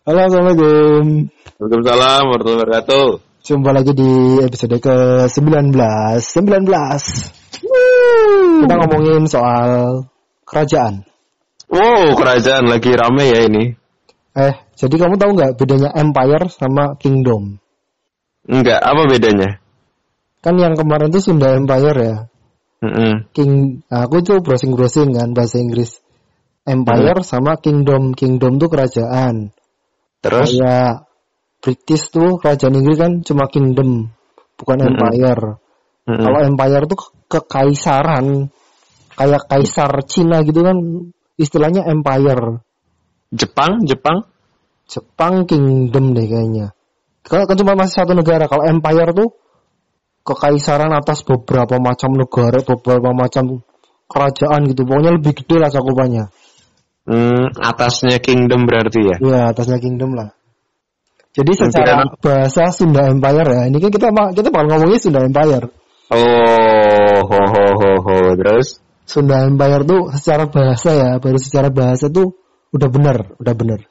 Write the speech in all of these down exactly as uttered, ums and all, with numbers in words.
Halo, Assalamualaikum. Waalaikumsalam warahmatullahi wabarakatuh. Jumpa lagi di episode ke sembilan belas. sembilan belas. Woo. Kita ngomongin soal kerajaan. Wow, kerajaan lagi rame ya ini. Eh, jadi kamu tahu nggak bedanya empire sama kingdom? Enggak, apa bedanya? Kan yang kemarin itu Sunda Empire ya. Mm-mm. King, nah, aku itu browsing-browsing kan bahasa Inggris. Empire mm. sama kingdom. Kingdom tuh kerajaan. Terus? Kayak British tuh kerajaan Inggris kan cuma kingdom, bukan Mm-mm. empire. Mm-mm. Kalau empire tuh kekaisaran, kayak kaisar Cina gitu kan, istilahnya empire. Jepang, Jepang? Jepang kingdom deh kayaknya. Kalau kan cuma masih satu negara. Kalau empire tuh kekaisaran atas beberapa macam negara, beberapa macam kerajaan gitu. Pokoknya lebih gede lah cakupannya. Hmm, atasnya kingdom berarti ya? Iya, atasnya kingdom lah. Jadi secara Mungkin bahasa Sunda Empire ya. Ini kan kita kita bakal ngomongin Sunda Empire. Oh, ho ho ho ho. Terus? Sunda Empire tuh secara bahasa ya, baru secara bahasa tuh udah benar, udah benar.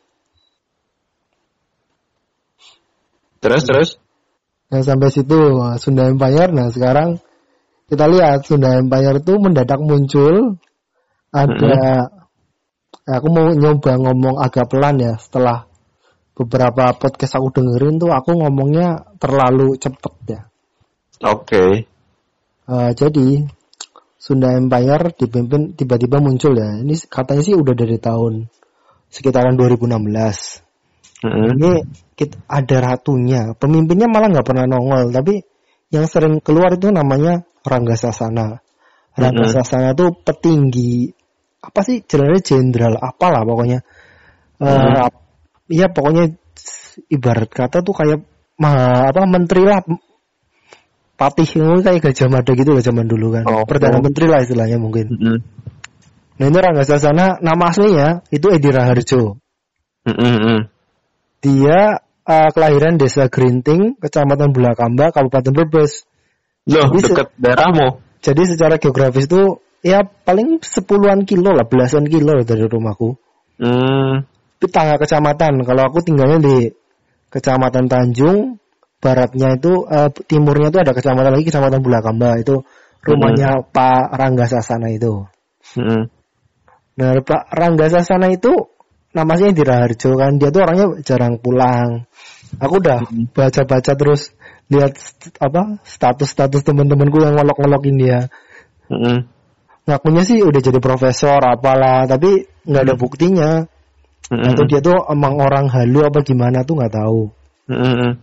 Terus terus? Nah, sampai situ Sunda Empire. Nah, sekarang kita lihat Sunda Empire tuh mendadak muncul. Ada mm-hmm. aku mau nyoba ngomong agak pelan ya. Setelah beberapa podcast aku dengerin tuh aku ngomongnya terlalu cepet ya. Oke. Okay. Uh, jadi Sunda Empire dipimpin tiba-tiba muncul ya. Ini katanya sih udah dari tahun sekitaran dua ribu enam belas. Mm-hmm. Ini kita, ada ratunya. Pemimpinnya malah nggak pernah nongol. Tapi yang sering keluar itu namanya Rangga Sasana. Rangga mm-hmm. Sasana tuh petinggi apa sih? Jenderalnya jenderal apalah pokoknya. Mm-hmm. Uh, ya pokoknya ibarat kata tuh kayak ma, apa menteri lah. Patih kayak Gajah Mada gitu lah zaman dulu kan. Oh, Perdana oh. Menteri lah istilahnya mungkin. Mm-hmm. Nah ini Rangga Sasana nama aslinya itu Edi Raharjo. Mm-hmm. Dia uh, kelahiran desa Grinting, kecamatan Bulakamba, Kabupaten Brebes. Loh, jadi dekat se- daerahmu. Jadi secara geografis itu ya paling sepuluhan kilo lah, belasan kilo dari rumahku. Hmm. Itu tangga kecamatan. Kalau aku tinggalnya di Kecamatan Tanjung, baratnya itu uh, timurnya itu ada kecamatan lagi, Kecamatan Bulakamba. Itu rumahnya hmm. Pak Rangga Sasana itu. Hmm. Nah, Pak Rangga Sasana itu namanya Edi Raharjo kan, dia tuh orangnya jarang pulang. Aku udah hmm. baca-baca terus lihat apa status-status teman-temanku yang ngolok-ngolokin dia. Hmm. Ngakunya sih udah jadi profesor apalah, tapi nggak ada buktinya. Hmm. Atau dia tuh emang orang halu apa gimana tuh nggak tahu. Hmm.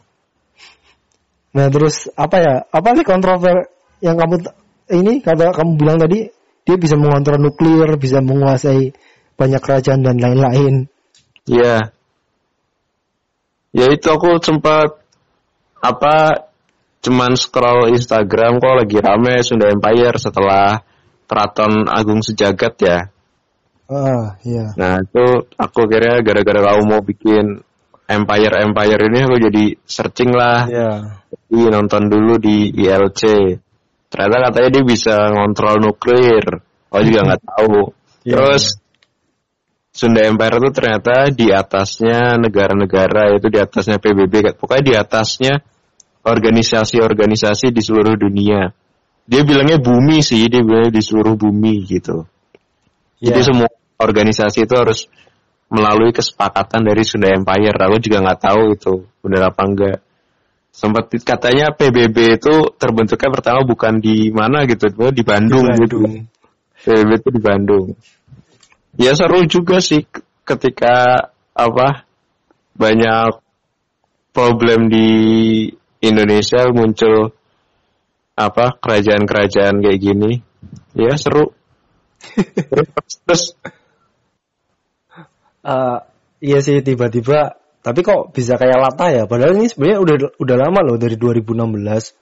Nah terus apa ya? Apa sih kontrover yang kamu ini kata kamu bilang tadi? Dia bisa mengontrol nuklir, bisa menguasai banyak kerajaan dan lain-lain. Iya. Ya itu aku sempat apa cuman scroll Instagram kok lagi rame Sunda Empire setelah Keraton Agung Sejagat ya. Ah, iya. Nah, itu aku kira gara-gara kamu mau bikin Empire-Empire ini aku jadi searching lah. Iya. Jadi nonton dulu di I L C. Ternyata katanya dia bisa ngontrol nuklir. Aku juga nggak tahu. Terus yeah. Sunda Empire itu ternyata di atasnya negara-negara, itu di atasnya P B B, pokoknya di atasnya organisasi-organisasi di seluruh dunia. Dia bilangnya bumi sih, dia bilangnya di seluruh bumi gitu. Yeah. Jadi semua organisasi itu harus melalui kesepakatan dari Sunda Empire. Aku juga nggak tahu itu benar apa enggak. Sempat katanya P B B itu terbentuknya pertama bukan di mana gitu, di Bandung, di Bandung. Gitu. P B B itu di Bandung. Ya seru juga sih ketika apa banyak problem di Indonesia muncul apa kerajaan-kerajaan kayak gini. Ya seru. Terus uh, iya sih tiba-tiba tapi kok bisa kayak latah ya? Padahal ini sebenarnya udah udah lama loh dari dua ribu enam belas.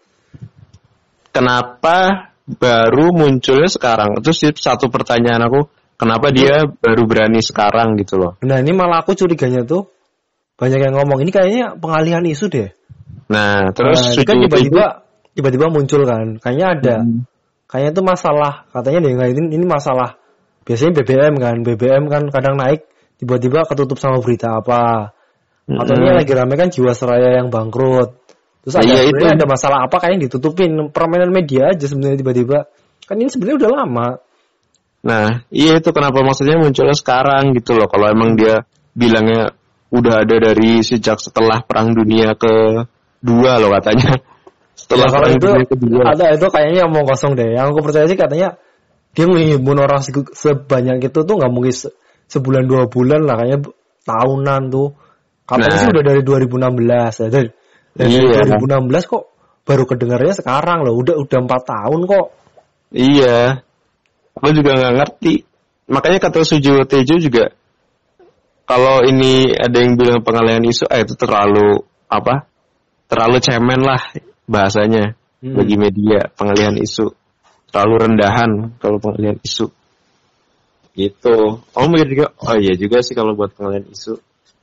Kenapa baru munculnya sekarang? Itu sih satu pertanyaan aku. Kenapa dia baru berani sekarang gitu loh? Nah ini malah aku curiganya tuh banyak yang ngomong ini kayaknya pengalihan isu deh. Nah terus nah, kan tiba-tiba tiba-tiba muncul kan, kayaknya ada, hmm. kayaknya itu masalah katanya deh ini ini masalah biasanya B B M kan, B B M kan kadang naik tiba-tiba ketutup sama berita apa, Mm-hmm. Atau ini lagi rame kan Jiwasraya yang bangkrut. Terus ada, iya, itu ada masalah apa kayaknya ditutupin, permainan media aja sebenarnya tiba-tiba. Kan ini sebenarnya udah lama. Nah, iya itu kenapa maksudnya munculnya sekarang gitu loh. Kalau emang dia bilangnya udah ada dari sejak setelah Perang Dunia kedua loh katanya. Setelah ya, kalau Perang itu Dunia kedua. Ada itu kayaknya omong kosong deh. Yang aku percaya sih katanya dia menghimpun orang sebanyak itu tuh nggak mungkin se- sebulan dua bulan lah, kayaknya tahunan tuh. Katanya nah, sih udah dari dua ribu enam belas ya. Dari, dari iya. dua ribu enam belas kok baru kedengarnya sekarang loh. Udah udah empat tahun kok. Iya. Aku juga nggak ngerti. Makanya kata Sujiwo Tejo juga, kalau ini ada yang bilang pengalihan isu, eh itu terlalu apa? Terlalu cemen lah bahasanya hmm. bagi media pengalihan isu. Terlalu rendahan kalau pengalihan isu. Gitu. Oh mikir juga, oh iya juga sih kalau buat pengalihan isu.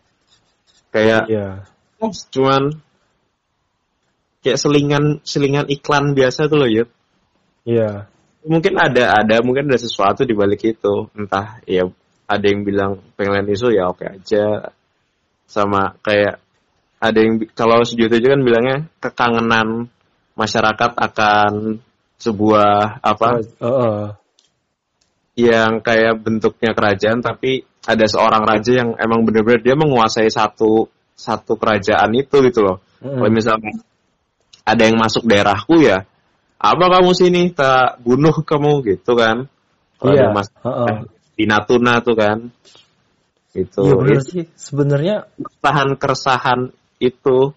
Kayak, yeah. oh, cuman kayak selingan selingan iklan biasa tuh loh, Yud. Iya. Yeah. Mungkin ada ada mungkin ada sesuatu di balik itu, entah ya ada yang bilang pengen isu ya oke aja, sama kayak ada yang kalau sejuta aja kan bilangnya kekangenan masyarakat akan sebuah apa uh, uh. yang kayak bentuknya kerajaan, tapi ada seorang raja yang emang benar-benar dia menguasai satu satu kerajaan itu gitu loh. Uh. Kalau misalnya ada yang masuk daerahku ya, apa kamu sini tak bunuh kamu gitu kan? Kalau iya. Mas uh-uh. di Natuna tuh kan, gitu. Iya benar sih sebenarnya. Keresahan keresahan itu.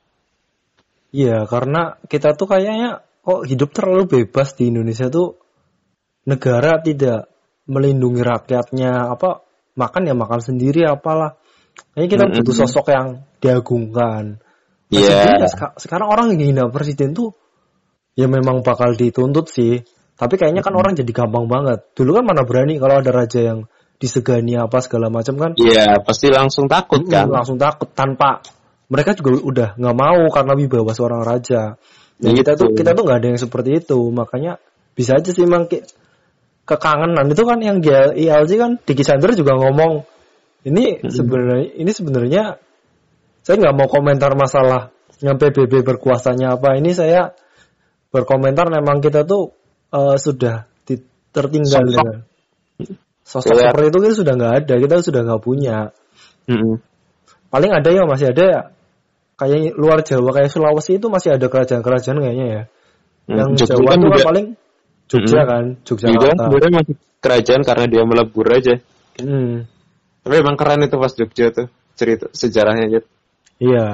Iya karena kita tuh kayaknya kok hidup terlalu bebas di Indonesia tuh, negara tidak melindungi rakyatnya, apa makan ya makan sendiri apalah. Kayaknya kita mm-hmm. butuh sosok yang diagungkan. Iya. Yeah. Sek- sekarang orang yang hina presiden tuh ya memang bakal dituntut sih. Tapi kayaknya kan hmm. orang jadi gampang banget. Dulu kan mana berani kalau ada raja yang disegani apa segala macam kan. Iya, pasti langsung takut hmm, kan. Langsung takut tanpa. Mereka juga udah gak mau karena wibawa seorang raja. Dan gitu. kita tuh kita tuh gak ada yang seperti itu. Makanya bisa aja sih emang ke- kekangenan. Itu kan yang di I L C kan, Diki Chandra juga ngomong. Ini hmm. sebenarnya ini sebenarnya saya gak mau komentar masalah yang P B B berkuasanya apa. Ini saya berkomentar memang kita tuh uh, sudah di, tertinggal sosok. Dengan sosok ya. Seperti itu kita sudah nggak ada, kita sudah nggak punya. Mm-hmm. Paling ada ya masih ada ya, kayak luar Jawa kayak Sulawesi itu masih ada kerajaan-kerajaan kayaknya ya. Mm. Yang Jogja Jawa kan itu kan paling Jogja mm-hmm. kan, Yogyakarta. Itu sebenarnya masih kerajaan karena dia melebur aja. Mm. Tapi emang keren itu pas Jogja tuh cerita sejarahnya aja. Iya.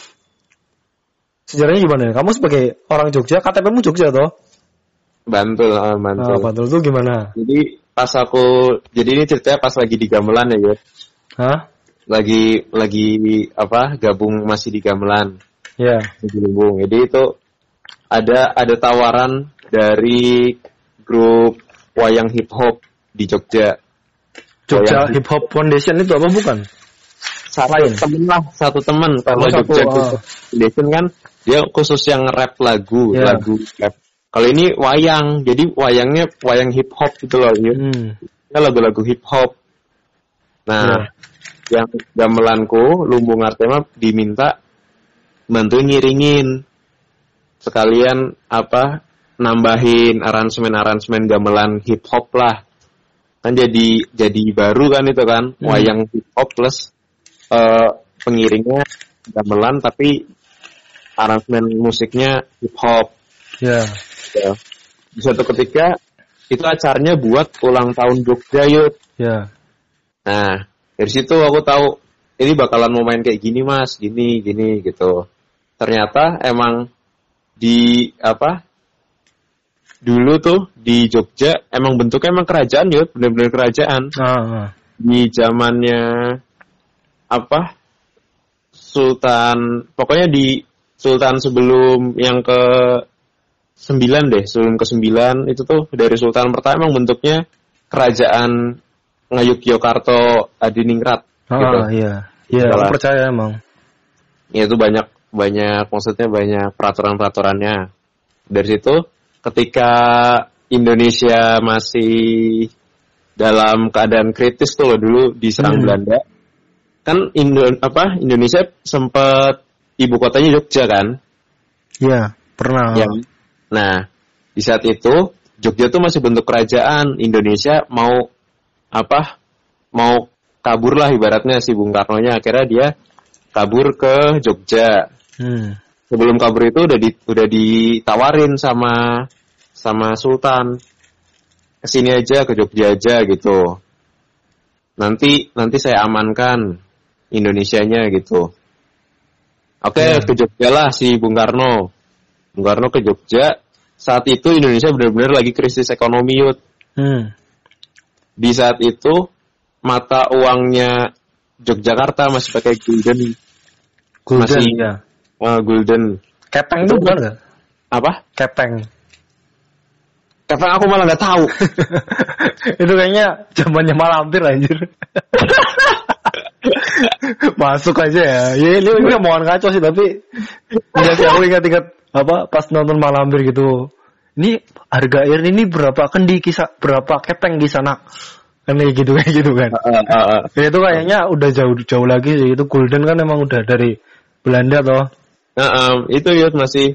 Sejarahnya gimana? Kamu sebagai orang Jogja, K T P-mu Jogja toh? Bantul, oh, Bantul. Ah, Bantul itu gimana? Jadi pas aku, jadi ini ceritanya pas lagi di Gamelan ya, ya. Hah? Lagi lagi apa? Gabung masih di Gamelan. Iya. Yeah. Gabung. Jadi itu ada ada tawaran dari grup wayang hip hop di Jogja. Jogja Hip Hop Foundation itu apa bukan? Satu lain. Temen lah, satu teman. Kalau Jogja oh. Foundation kan dia khusus yang rap lagu, yeah. lagu rap. Kalau ini wayang, jadi wayangnya wayang hip hop gitu loh, ya. Hmm. Lagu-lagu hip hop. Nah, yeah. yang gamelanku, Lumbung Artema diminta bantu ngiringin, sekalian apa nambahin aransemen-aransemen gamelan hip hop lah. Kan jadi jadi baru kan itu kan, hmm. wayang hip hop plus uh, pengiringnya gamelan tapi aransemen musiknya hip hop. Ya. Yeah. Di suatu ketika itu acaranya buat ulang tahun Jogja yuk. Ya. Yeah. Nah dari situ aku tahu ini bakalan mau main kayak gini mas, gini gini gitu. Ternyata emang di apa dulu tuh di Jogja emang bentuknya emang kerajaan yuk, benar-benar kerajaan. Uh-huh. Di zamannya apa Sultan, pokoknya di Sultan sebelum yang ke sembilan deh, sebelum ke sembilan itu tuh dari Sultan pertama emang bentuknya kerajaan Ngayogyakarta Adiningrat. Ah gitu. Iya, iya aku percaya emang. Ya itu banyak banyak maksudnya banyak peraturan-peraturannya. Dari situ ketika Indonesia masih dalam keadaan kritis tuh loh dulu diserang hmm. Belanda, kan Indo apa Indonesia sempat ibu kotanya Jogja kan? Iya, pernah. Ya. Nah, di saat itu Jogja tuh masih bentuk kerajaan, Indonesia mau apa? Mau kabur lah ibaratnya si Bung Karno-nya, akhirnya dia kabur ke Jogja. Hmm. Sebelum kabur itu udah di, udah ditawarin sama sama Sultan, kesini aja ke Jogja aja gitu. Nanti nanti saya amankan Indonesianya gitu. Oke, yeah. Ke Jogja lah si Bung Karno. Bung Karno ke Jogja. Saat itu Indonesia benar-benar lagi krisis ekonomi, Yud. Hmm. Di saat itu mata uangnya Yogyakarta masih pakai gulden. Gulden masih, ya. Uh, gulden. Kepeng itu bukan nggak? Apa? Kepeng. Kepeng aku malah nggak tahu. Itu kayaknya zamannya Malampir anjir. Masuk aja ya. Ya ini ini omongan kacau sih tapi enggak sih aku ingat-ingat apa pas nonton Malampir gitu. Ini harga air ini berapa kan di kisah berapa kepeng di sana? Kan kayak gitu kayak gitu kan. Uh, uh, uh. Ya, itu kayaknya udah jauh jauh lagi sih. Itu gulden kan emang udah dari Belanda toh. Uh, um, itu ya masih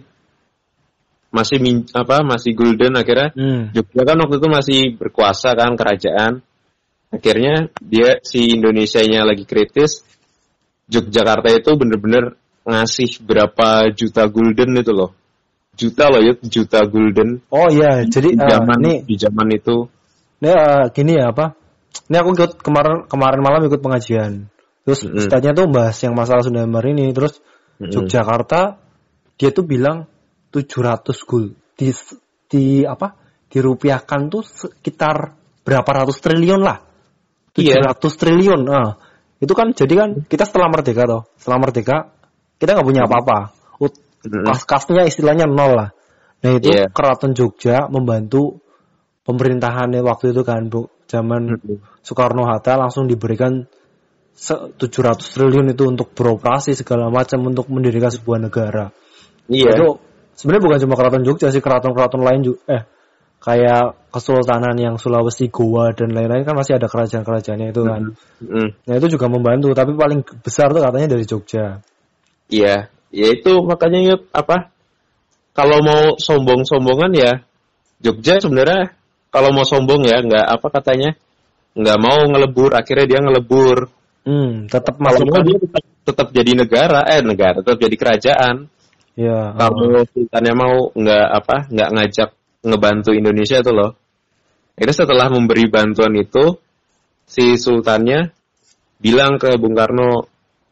masih min, apa masih gulden akhirnya. Hmm. Jogja kan waktu itu masih berkuasa kan kerajaan. Akhirnya dia si Indonesianya lagi kritis. Yogyakarta itu bener-bener ngasih berapa juta gulden itu loh. Juta loh ya, juta gulden. Oh iya, jadi di zaman, uh, nih, di zaman itu. Ini uh, gini ya apa? Ini aku ikut kemarin kemarin malam ikut pengajian. Terus mm-hmm. Ustadznya tuh bahas yang masalah Sunda Empire ini. Terus mm-hmm. Yogyakarta dia tuh bilang tujuh ratus gul di di apa? Dirupiahkan tuh sekitar berapa ratus triliun lah. tujuh ratus yeah. triliun. Nah, itu kan jadi kan kita setelah merdeka toh. Setelah merdeka kita nggak punya apa-apa. Kas-kasnya istilahnya nol lah. Nah itu yeah. Keraton Jogja membantu pemerintahannya waktu itu kan bu, zaman mm-hmm. Soekarno-Hatta langsung diberikan tujuh ratus triliun itu untuk beroperasi segala macam untuk mendirikan sebuah negara. Iya. Yeah. Itu sebenarnya bukan cuma Keraton Jogja sih, keraton-keraton lain juga. Eh kayak Kesultanan yang Sulawesi, Goa dan lain-lain kan masih ada kerajaan-kerajaannya itu kan. Mm-hmm. Nah itu juga membantu, tapi paling besar tuh katanya dari Jogja. Iya. Ya itu makanya yuk apa kalau mau sombong-sombongan ya Jogja sebenarnya kalau mau sombong ya nggak apa katanya nggak mau ngelebur, akhirnya dia ngelebur. Hmm, tetap masuk kan dia tetap, tetap jadi negara eh negara tetap jadi kerajaan. Ya. Kalau oh. Sultannya mau nggak apa nggak ngajak ngebantu Indonesia tuh loh. Akhirnya setelah memberi bantuan itu si Sultannya bilang ke Bung Karno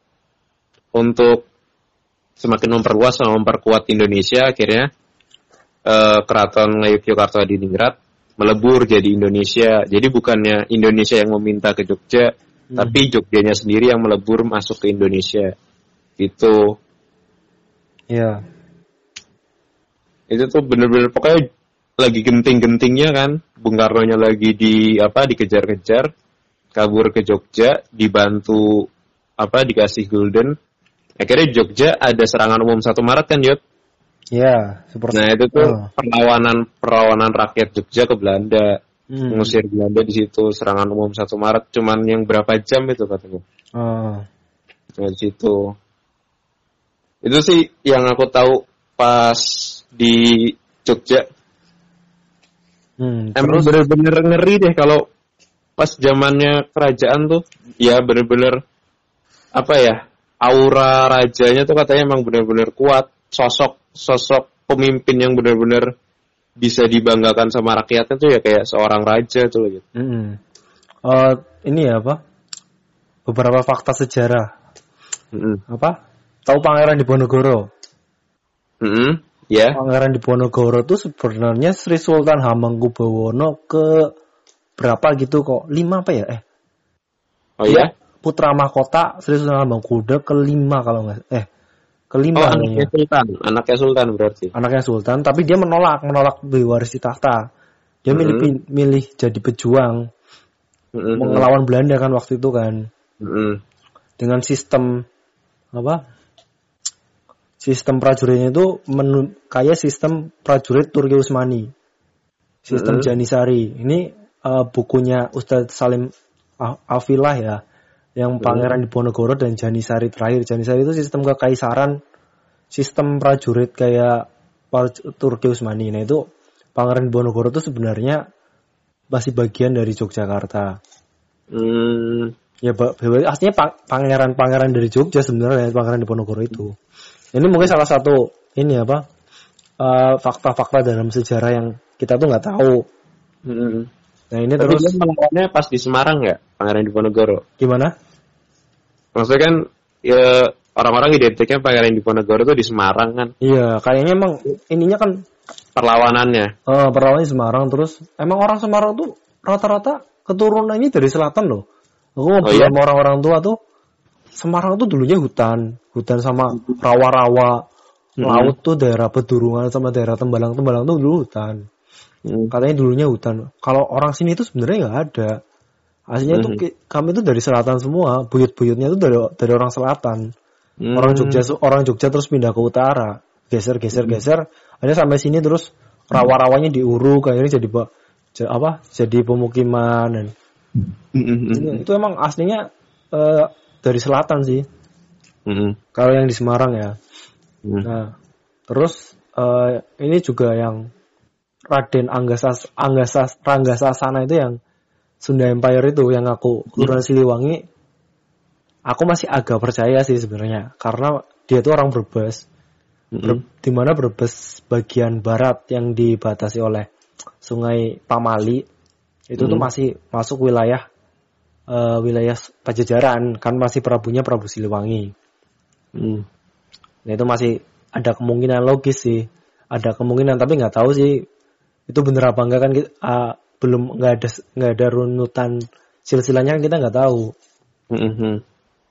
untuk semakin memperluas sama memperkuat Indonesia, akhirnya eh, Keraton Ngayogyakarta Adiningrat melebur jadi Indonesia. Jadi bukannya Indonesia yang meminta ke Jogja, hmm. tapi Jogjanya sendiri yang melebur masuk ke Indonesia. Gitu. Iya. Itu tuh bener-bener pokoknya lagi genting-gentingnya kan, Bung Karno-nya lagi di apa dikejar-kejar, kabur ke Jogja, dibantu apa dikasih gulden. Akhirnya Jogja ada serangan umum satu Maret kan, Yud? Iya, seperti Nah, itu tuh oh. perlawanan perlawanan rakyat Jogja ke Belanda. Hmm. Mengusir Belanda di situ, serangan umum satu Maret cuman yang berapa jam itu katanya. Oh. Nah, di situ. Itu sih yang aku tahu pas di Jogja. Hmm, Emang terus? Bener-bener ngeri deh kalau pas zamannya kerajaan tuh, ya bener-bener apa ya? Aura rajanya tuh katanya emang benar-benar kuat, sosok sosok pemimpin yang benar-benar bisa dibanggakan sama rakyatnya tuh ya kayak seorang raja tuh gitu. Mm-hmm. Uh, ini ya apa? Beberapa fakta sejarah. Mm-hmm. Apa? Tahu Pangeran Diponegoro? Mm-hmm. Ya. Yeah. Pangeran Diponegoro tuh sebenarnya Sri Sultan Hamengkubuwono ke berapa gitu kok? Lima apa ya? Eh. Oh iya. Yeah? Putra mahkota Sri Sultan Hamengkubuwono kelima kalau nggak eh kelima oh, anaknya Sultan, anaknya Sultan berarti. Anaknya Sultan, tapi dia menolak menolak diwarisi tahta. Dia mm-hmm. milih milih jadi pejuang mm-hmm. melawan Belanda kan waktu itu kan. Mm-hmm. Dengan sistem apa? Sistem prajuritnya itu menu, kayak sistem prajurit Turki Utsmani. Sistem mm-hmm. Janisari. Ini uh, bukunya Ustadz Salim Afilah ya. Yang Pangeran Diponegoro dan Janisari terakhir. Janisari itu sistem kekaisaran, sistem prajurit kayak Turki Utsmani. Nah itu Pangeran Diponegoro itu sebenarnya masih bagian dari Yogyakarta. Hmm. Ya, aslinya pangeran-pangeran dari Jogja sebenarnya Pangeran Diponegoro itu. Ini mungkin salah satu ini apa uh, fakta-fakta dalam sejarah yang kita tuh nggak tahu. Hmm. Nah ini tapi terus melawannya pas di Semarang nggak Pangeran Diponegoro? Gimana? Maksudnya kan ya orang-orang identiknya Pangeran Diponegoro tuh di Semarang kan? Iya, kayaknya emang ininya kan perlawanannya. Uh, perlawanannya Semarang terus emang orang Semarang tuh rata-rata keturunannya dari selatan loh. Aku ngobrol oh, iya? sama orang-orang tua tuh Semarang tuh dulunya hutan, hutan sama rawa-rawa, mm-hmm. laut tuh daerah Pedurungan sama daerah Tembalang-Tembalang tuh dulu hutan. Mm. Katanya dulunya hutan. Kalau orang sini itu sebenarnya nggak ada. Aslinya mm-hmm. tuh kami tuh dari selatan semua, buyut-buyutnya tuh dari dari orang selatan. Mm. Orang Jogja orang Jogja terus pindah ke utara, geser-geser-geser, mm. akhirnya sampai sini terus rawa-rawanya diuruk, akhirnya jadi apa? Jadi pemukiman dan mm-hmm. itu emang aslinya uh, dari selatan sih. Mm-hmm. Kalau yang di Semarang ya. Mm. Nah, terus uh, ini juga yang Raden Anggasas Anggasas Ranggasasana itu yang Sunda Empire itu yang aku Kelurahan Siliwangi. Aku masih agak percaya sih sebenarnya karena dia tuh orang Brebes. Mm-hmm. Ber, di mana Brebes bagian barat yang dibatasi oleh Sungai Pamali. Itu hmm. tuh masih masuk wilayah uh, wilayah Pajajaran kan masih prabunya Prabu Siliwangi. Hmm. Nah itu masih ada kemungkinan logis sih, ada kemungkinan tapi nggak tahu sih itu bener apa enggak kan uh, belum nggak ada nggak ada runutan silsilahnya kan kita nggak tahu. Hmm.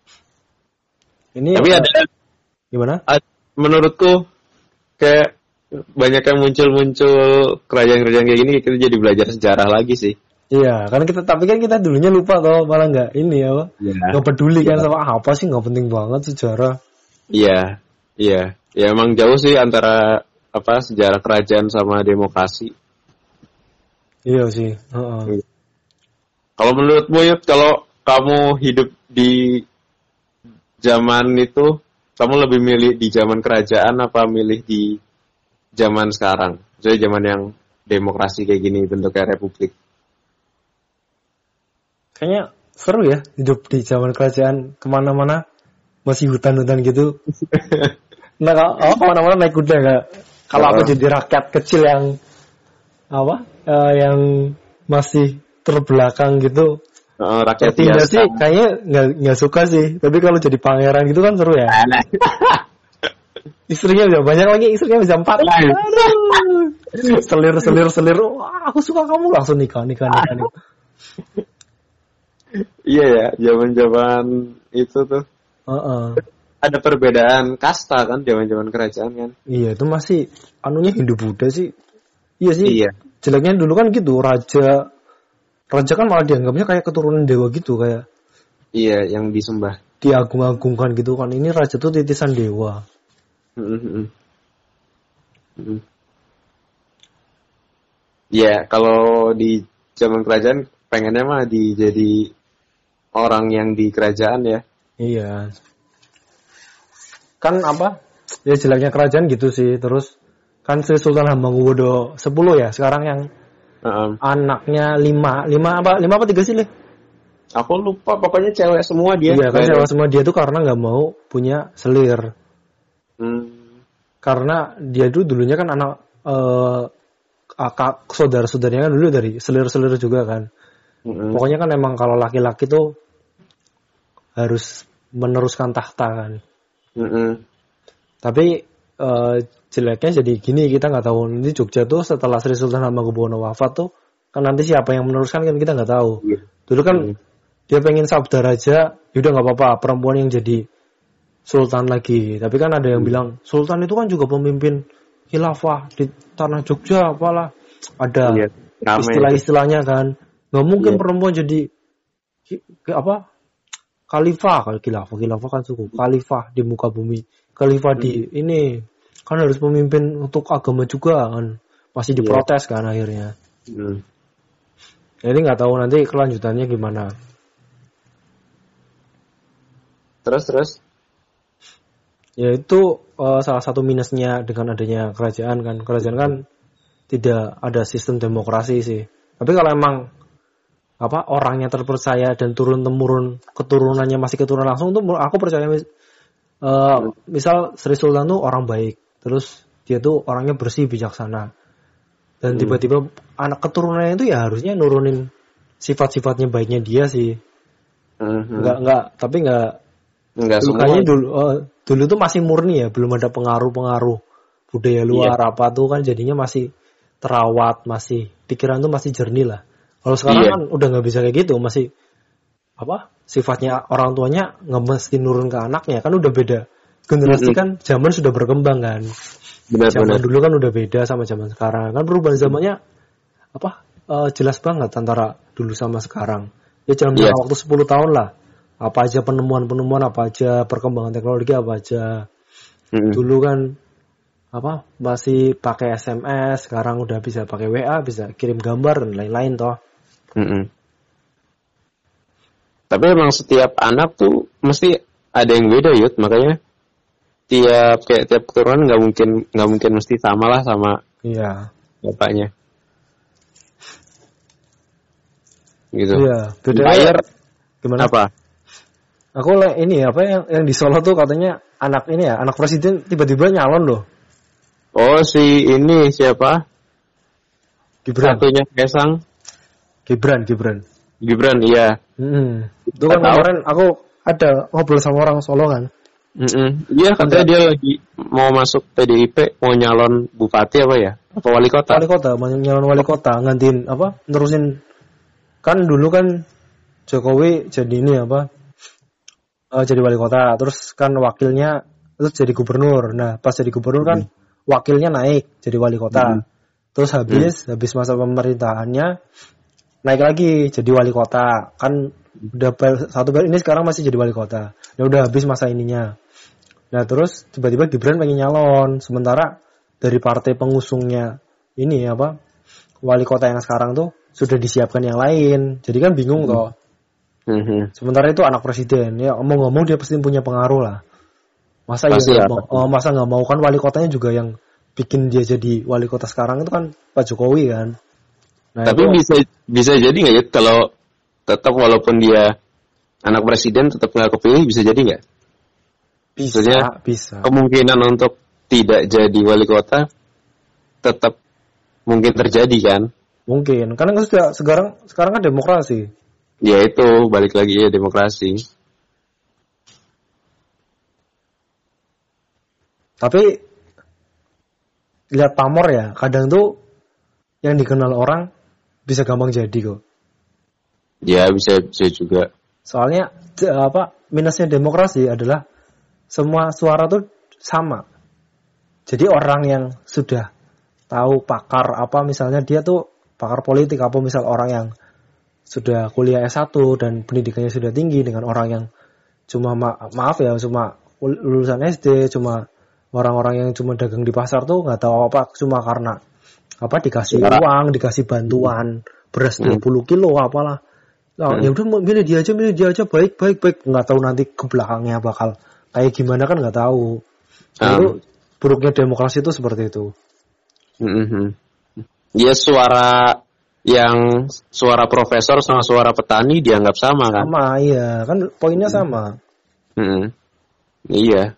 Ini tapi uh, ada gimana? Menurutku kayak banyak yang muncul-muncul kerajaan-kerajaan kayak gini kita jadi belajar sejarah lagi sih. Iya, karena kita tapi kan kita dulunya lupa toh malah nggak ini apa, nggak ya. peduli kan ya. sama apa sih nggak penting banget sejarah. Iya, iya, ya emang jauh sih antara apa sejarah kerajaan sama demokrasi. Iya sih. Uh-uh. Kalau menurutmu ya, kalau kamu hidup di zaman itu, kamu lebih milih di zaman kerajaan apa milih di zaman sekarang? Jadi zaman yang demokrasi kayak gini bentuknya republik. Kayaknya seru ya hidup di zaman kerajaan kemana-mana masih hutan-hutan gitu. Nah kalau oh, kemana-mana naik kuda nggak? Kalau aku jadi rakyat kecil yang apa? Uh, yang masih terbelakang gitu. Oh, rakyat ya, biasa. Sih kayaknya nggak nggak suka sih. Tapi kalau jadi pangeran gitu kan seru ya. Istrinya udah banyak lagi, istrinya bisa empat. Selir selir selir. Wah, aku suka kamu langsung nikah nikah nikah. nikah. Iya ya, zaman-zaman itu tuh. Uh-uh. Ada perbedaan kasta kan, zaman-zaman kerajaan kan. Iya, itu masih anunya Hindu-Buddha sih. Iya sih. Iya. Jeleknya dulu kan gitu, raja raja kan malah dianggapnya kayak keturunan dewa gitu kayak. Iya, yang disembah. Diagung-agungkan gitu kan. Ini raja tuh titisan dewa. Mm-hmm. Mm-hmm. Ya, kalau di zaman kerajaan pengennya mah di jadi orang yang di kerajaan ya. Iya. Kan apa? Ya jeleknya kerajaan gitu sih. Terus kan Sri Sultan Hamengkubuwono sepuluh ya. Sekarang yang uh-um. anaknya lima, lima apa? Lima apa tiga sih, Le? Aku lupa. Pokoknya cewek semua dia. Iya, kan cewek semua dia tuh karena nggak mau punya selir. Hmm. Karena dia dulu dulunya kan anak uh, kakak saudara-saudaranya kan dulu dari selir-selir juga kan. Mm-hmm. Pokoknya kan emang kalau laki-laki tuh harus meneruskan tahta kan. Mm-hmm. Tapi uh, jeleknya jadi gini, kita nggak tahu nanti Jogja tuh setelah Sri Sultan Hamengkubuwono wafat tuh kan nanti siapa yang meneruskan kan kita nggak tahu. Yeah. Dulu kan mm-hmm. dia pengen sabda raja, yaudah nggak apa-apa perempuan yang jadi sultan lagi. Tapi kan ada yang mm-hmm. bilang sultan itu kan juga pemimpin khilafah di tanah Jogja, apalah ada yeah. istilah-istilahnya kan. Nggak mungkin yeah. perempuan jadi ke, apa khalifah, kalau khilafah, khilafah kan suku, khalifah di muka bumi, khalifah hmm. di ini kan harus pemimpin untuk agama juga kan, pasti diprotes yeah. kan akhirnya. Hmm. Jadi nggak tahu nanti kelanjutannya gimana. Terus terus. Ya itu uh, salah satu minusnya dengan adanya kerajaan kan. Kerajaan kan tidak ada sistem demokrasi sih. Tapi kalau emang apa orangnya terpercaya dan turun temurun keturunannya masih keturunan langsung tuh aku percaya uh, misal Sri Sultan tuh orang baik, terus dia tuh orangnya bersih bijaksana. Dan hmm. tiba-tiba anak keturunannya itu ya harusnya nurunin sifat-sifatnya baiknya dia sih. Hmm. Enggak enggak tapi enggak enggak semua. Kayaknya dulu uh, dulu tuh masih murni ya, belum ada pengaruh-pengaruh budaya luar yeah. apa tuh kan jadinya masih terawat, masih pikiran tuh masih jernih lah. Kalau sekarang yeah. kan udah nggak bisa kayak gitu, masih apa sifatnya orang tuanya nggak mesti nurun ke anaknya, kan udah beda generasi mm-hmm. kan zaman sudah berkembang kan. Benar, zaman benar. Dulu kan udah beda sama zaman sekarang kan perubahan zamannya apa uh, jelas banget antara dulu sama sekarang. Ya dalam yeah. waktu sepuluh tahun lah. Apa aja penemuan-penemuan, apa aja perkembangan teknologi, apa aja. Mm-hmm. Dulu kan apa masih pakai S M S, sekarang udah bisa pakai W A, bisa kirim gambar dan lain-lain toh. Mm-hmm. Tapi emang setiap anak tuh mesti ada yang beda Yud, makanya tiap kayak tiap keturunan nggak mungkin nggak mungkin mesti sama lah sama iya. bapaknya. Gitu. Iya, beda. Bayar gimana? Apa? Aku ini apa yang yang di Solo tuh katanya anak ini ya, anak presiden tiba-tiba nyalon loh. Oh si ini siapa? Gibran. Satunya Kaisang. Gibran, Gibran. Gibran, iya. Hmm. Itu kan kemarin aku ada ngobrol sama orang Solo kan. Iya katanya dia lagi mau masuk P D I P, mau nyalon bupati apa ya? Apa wali kota? Wali kota, mau nyalon wali kota, ngantiin apa? Nerusin kan dulu kan Jokowi jadi ini apa? Uh, jadi wali kota, terus kan wakilnya terus jadi gubernur. Nah, pas jadi gubernur kan hmm. wakilnya naik jadi wali kota. Hmm. Terus habis hmm. habis masa pemerintahannya naik lagi jadi wali kota. Kan udah satu ini sekarang masih jadi wali kota. Ya udah habis masa ininya. Nah, terus tiba-tiba Gibran pengen nyalon, sementara dari partai pengusungnya ini apa? Wali kota yang sekarang tuh sudah disiapkan yang lain. Jadi kan bingung hmm. toh. Mm-hmm. Sementara itu anak presiden, ya ngomong-ngomong dia pasti punya pengaruh lah. Masa pasti ya, mau, oh, masa nggak mau kan wali kotanya juga yang bikin dia jadi wali kota sekarang itu kan Pak Jokowi kan. Nah, tapi itu, bisa bisa jadi nggak ya kalau tetap walaupun dia anak presiden tetap nggak kepilih bisa jadi nggak? Bisa, Maksudnya, bisa. Kemungkinan untuk tidak jadi wali kota tetap mungkin terjadi kan? Mungkin, karena kan sudah sekarang sekarang kan demokrasi. Ya itu balik lagi ya demokrasi. Tapi lihat pamor ya, kadang tuh yang dikenal orang bisa gampang jadi kok. Ya bisa bisa juga. Soalnya apa minusnya demokrasi adalah semua suara tuh sama. Jadi orang yang sudah tahu pakar apa misalnya dia tuh pakar politik apa misal orang yang sudah kuliah S satu dan pendidikannya sudah tinggi dengan orang yang cuma ma- maaf ya cuma lulusan S D, cuma orang-orang yang cuma dagang di pasar tuh nggak tahu apa cuma karena apa dikasih Sekarang. uang, dikasih bantuan beras hmm. dua puluh kilo apalah. Nah, hmm. ya udah milih dia aja, milih dia aja baik baik baik nggak tahu nanti ke belakangnya bakal kayak gimana kan nggak tahu. Nah, hmm. Itu buruknya demokrasi itu seperti itu. Hmm. Ya suara yang suara profesor sama suara petani dianggap sama kan? Sama, iya. Kan poinnya sama. Hmm. Iya.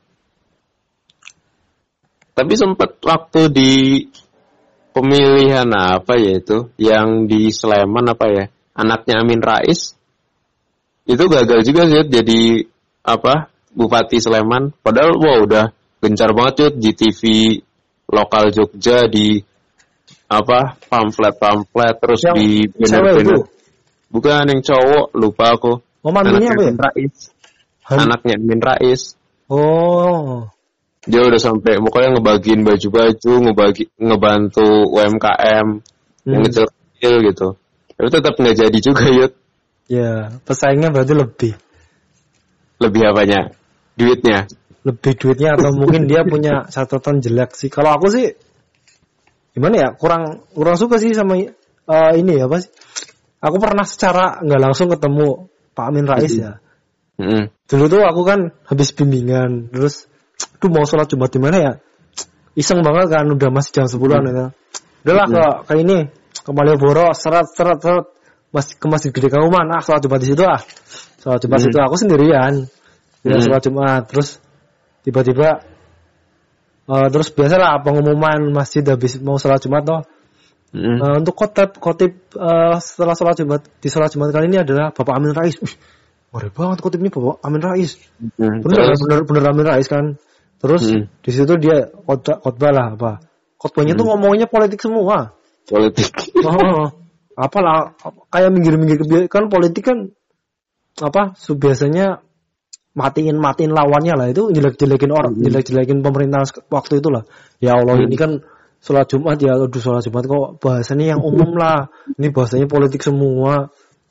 Tapi sempat waktu di pemilihan apa ya itu, yang di Sleman apa ya, anaknya Amin Rais, itu gagal juga sih jadi apa Bupati Sleman. Padahal wah udah gencar banget tuh di T V lokal Jogja di apa pamflet-pamflet terus yang di bener-bener bukan yang cowok lupa aku oh, anaknya apa ya? Rais Han? Anaknya Amin Rais oh dia udah sampai pokoknya ngebagiin baju-baju ngebagi ngebantu U M K M hmm. yang kecil-kecil gitu tapi tetap nggak jadi juga Yud ya pesaingnya berarti lebih lebih apanya duitnya lebih duitnya atau mungkin dia punya catatan jelek sih kalau aku sih gimana ya kurang kurang suka sih sama uh, ini ya apa sih aku pernah secara nggak langsung ketemu Pak Amin Rais hmm. ya Mm. Dulu tuh aku kan habis bimbingan, terus tuh mau sholat Jumat di mana ya? Iseng banget kan, udah masih jam sepuluhan ya. Udahlah mm. ke ke ini, ke Malioboro, seret seret seret, masih ke Masjid Gede Kauman, ah sholat Jumat di situ ah. Sholat Jumat mm. situ aku sendirian. Tidak mm. sholat Jumat, terus tiba-tiba uh, terus biasalah pengumuman masjid habis mau sholat Jumat toh. Mm. Uh, untuk khotib khotib uh, setelah sholat Jumat di sholat Jumat kali ini adalah Bapak Amin Rais. Ngeri banget khotibnya Bapak Amin Rais. Mm. Bener, bener bener Amin Rais kan. Terus mm. di situ dia khotbah, khotbah lah apa? Khotbahnya mm. tuh ngomongnya politik semua. Politik. Oh, apalah kayak minggir-minggir kan politik kan apa? Biasanya matiin matiin lawannya lah, itu jelek-jelekin orang, mm. jelek-jelekin pemerintah waktu itu lah. Ya Allah mm. ini kan sholat Jumat ya, aduh sholat Jumat kok bahasanya yang umum lah. Ini bahasanya politik semua.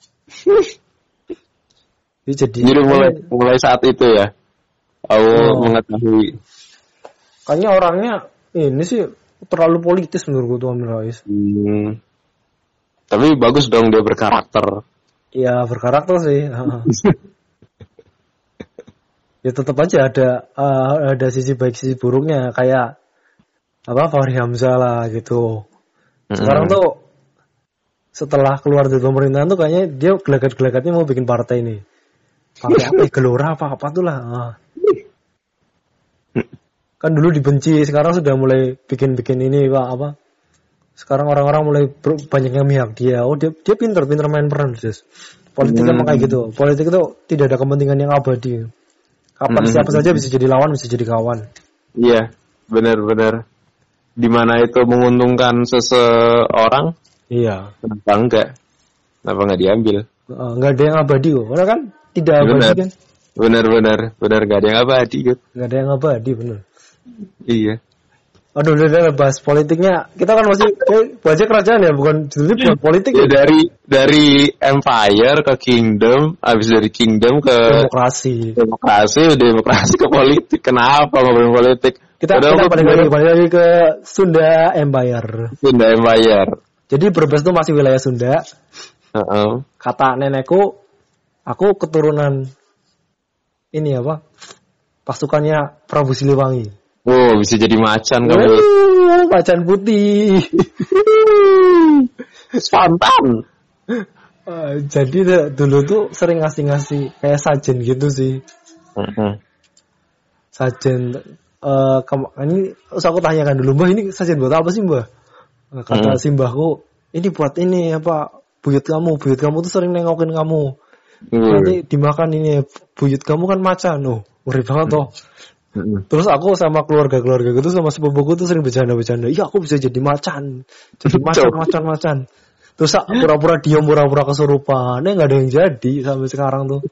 Jadi, jadi mulai mulai saat itu ya, aku oh. mengetahui. Kayaknya orangnya ini sih terlalu politis menurutku tuh Amin Rais. Hmm. Tapi bagus dong dia berkarakter. Iya berkarakter sih. Ya tetap aja ada uh, ada sisi baik sisi buruknya kayak apa Fahri Hamzah lah gitu. Sekarang mm. tuh setelah keluar dari pemerintahan tuh kayaknya dia gelagat-gelagatnya mau bikin partai ini. Partai apa? Gelora apa apa tuh lah. Ah. Kan dulu dibenci, sekarang sudah mulai bikin-bikin ini Pak apa? Sekarang orang-orang mulai ber- banyak yang mihak dia. Oh dia dia pintar, pintar main peran, Sis. Politik mm. emang kayak gitu. Politik itu tidak ada kepentingan yang abadi. Kapan mm. siapa saja bisa jadi lawan, bisa jadi kawan. Iya, benar-benar. Di mana itu menguntungkan seseorang, iya. Kenapa enggak? Kenapa enggak diambil? Uh, enggak ada yang abadi kok, karena kan tidak abadi bener. Kan? Benar-benar, benar enggak ada yang abadi kan? Enggak ada yang abadi, benar. Iya. Aduh, udah udah bahas politiknya. Kita kan masih baca kerajaan ya, bukan jadi bukan politik. Ya, ya dari dari empire ke kingdom, habis dari kingdom ke demokrasi. Demokrasi, demokrasi ke politik. Kenapa ngomongin politik? Kita, kita balik lagi, balik lagi ke Sunda Empire. Sunda Empire. Jadi Brebes itu masih wilayah Sunda. Uh-uh. Kata nenekku, aku keturunan ini apa? Pasukannya Prabu Siliwangi. Oh, bisa jadi macan kamu. Oh, macan putih. Spontan. Uh, jadi dulu tuh sering ngasih-ngasih kayak sajen gitu sih. Uh-huh. Sajen. Uh, kamu, ini terus aku tanyakan dulu, Mbah ini sajen buat apa sih Mbah? Kata hmm. si mbahku, ini buat ini apa? Buyut kamu, buyut kamu tuh sering nengokin kamu. Hmm. Nanti dimakan ini, buyut kamu kan macan, oh, ngeri banget toh. Hmm. Terus aku sama keluarga-keluarga gitu sama sepupuku tuh sering bercanda-bercanda. Iya aku bisa jadi macan, jadi macan-macan-macan. Terus pura-pura diam, pura-pura kesurupan, nggak ada yang jadi sampai sekarang tuh.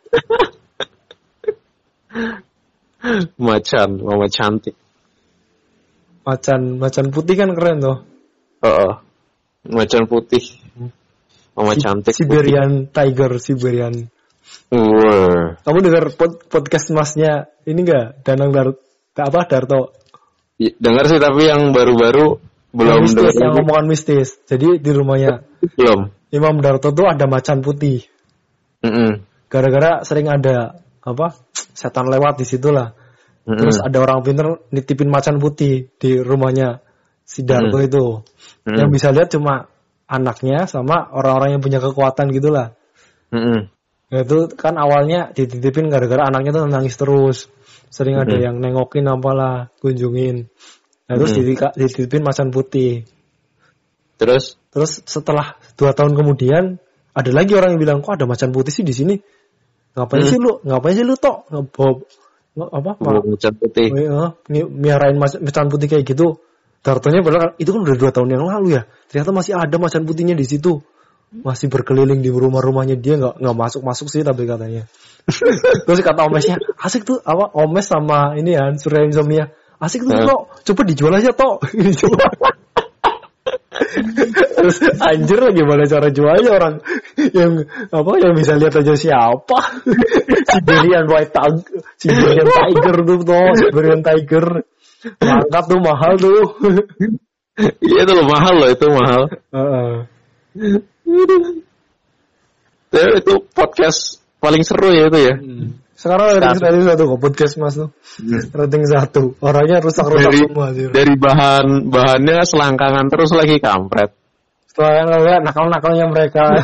Macan, mama cantik. Macan, macan putih kan keren tuh. Uh, uh. Macan putih. Mama si, cantik. Siberian putih. Tiger, Siberian. Wow. Kamu dengar pod- podcast masnya ini enggak? Danang Dar apa Darto? Ya, dengar sih tapi yang baru-baru belum dengar. Yang ngomongan mistis. Jadi di rumahnya belum. Imam Darto tuh ada macan putih. Mm-mm. Gara-gara sering ada apa setan lewat di situlah. Mm-hmm. Terus ada orang pinter nitipin macan putih di rumahnya si Darto mm-hmm. itu. Mm-hmm. Yang bisa lihat cuma anaknya sama orang-orang yang punya kekuatan gitulah. Mm-hmm. Nah, itu kan awalnya dititipin gara-gara anaknya tuh nangis terus. Sering mm-hmm. ada yang nengokin apalah, kunjungin. Nah, terus mm-hmm. dititipin macan putih. Terus terus setelah dua tahun kemudian ada lagi orang yang bilang, "Kok ada macan putih sih di sini?" Ngapain hmm. sih lu? Ngapain sih lu tok? Ngebob apa? Macan putih. Miarain macan putih kayak gitu. Dartonya padahal itu kan udah dua tahun yang lalu ya. Ternyata masih ada macan putihnya di situ. Masih berkeliling di rumah-rumahnya dia, nggak nggak masuk-masuk sih tapi katanya. Terus kata Omesnya, asik tuh apa? Omes sama ini ya, Surya Insomnia. Asik tuh tok. Coba dijual aja tok. Terus anjir gimana cara jualnya orang yang apa yang bisa lihat aja siapa Siberian White Tiger, Siberian Tiger tuh tuh Siberian Tiger mangkat tuh mahal tuh. Iya itu loh mahal loh itu mahal. Uh-uh. Itu podcast paling seru ya itu ya. Hmm. Sekarang rating rating satu kok podcast Mas tuh. Hmm. Rating satu. Orangnya rusak-rusak dari, semua sih. Dari bahan bahannya selangkangan terus lagi kampret. Setelah nakal-nakalnya mereka.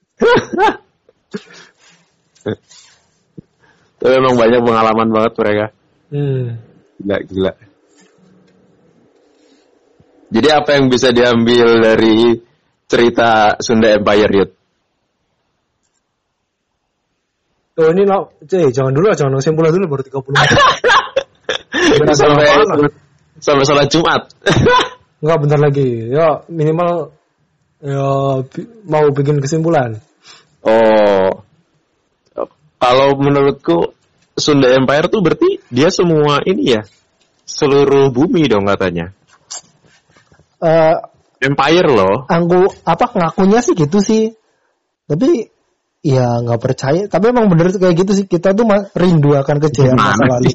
Tapi emang banyak pengalaman banget mereka. Hmm. Gila, gila. Jadi apa yang bisa diambil dari cerita Sunda Empire, Yud? Oh ini lah, cuy, jangan dulu lah, jangan kesimpulan dulu, baru tiga puluh menit. sampai, sampai sholat Jumat. Enggak, bentar lagi. Ya, minimal ya mau bikin kesimpulan. Oh. Kalau menurutku Sunda Empire tuh berarti dia semua ini ya, seluruh bumi dong katanya. Uh, Empire loh. Anggu apa ngakunya sih gitu sih. Tapi ya nggak percaya. Tapi emang bener kayak gitu sih. Kita tuh rindu akan kejayaan masa lalu.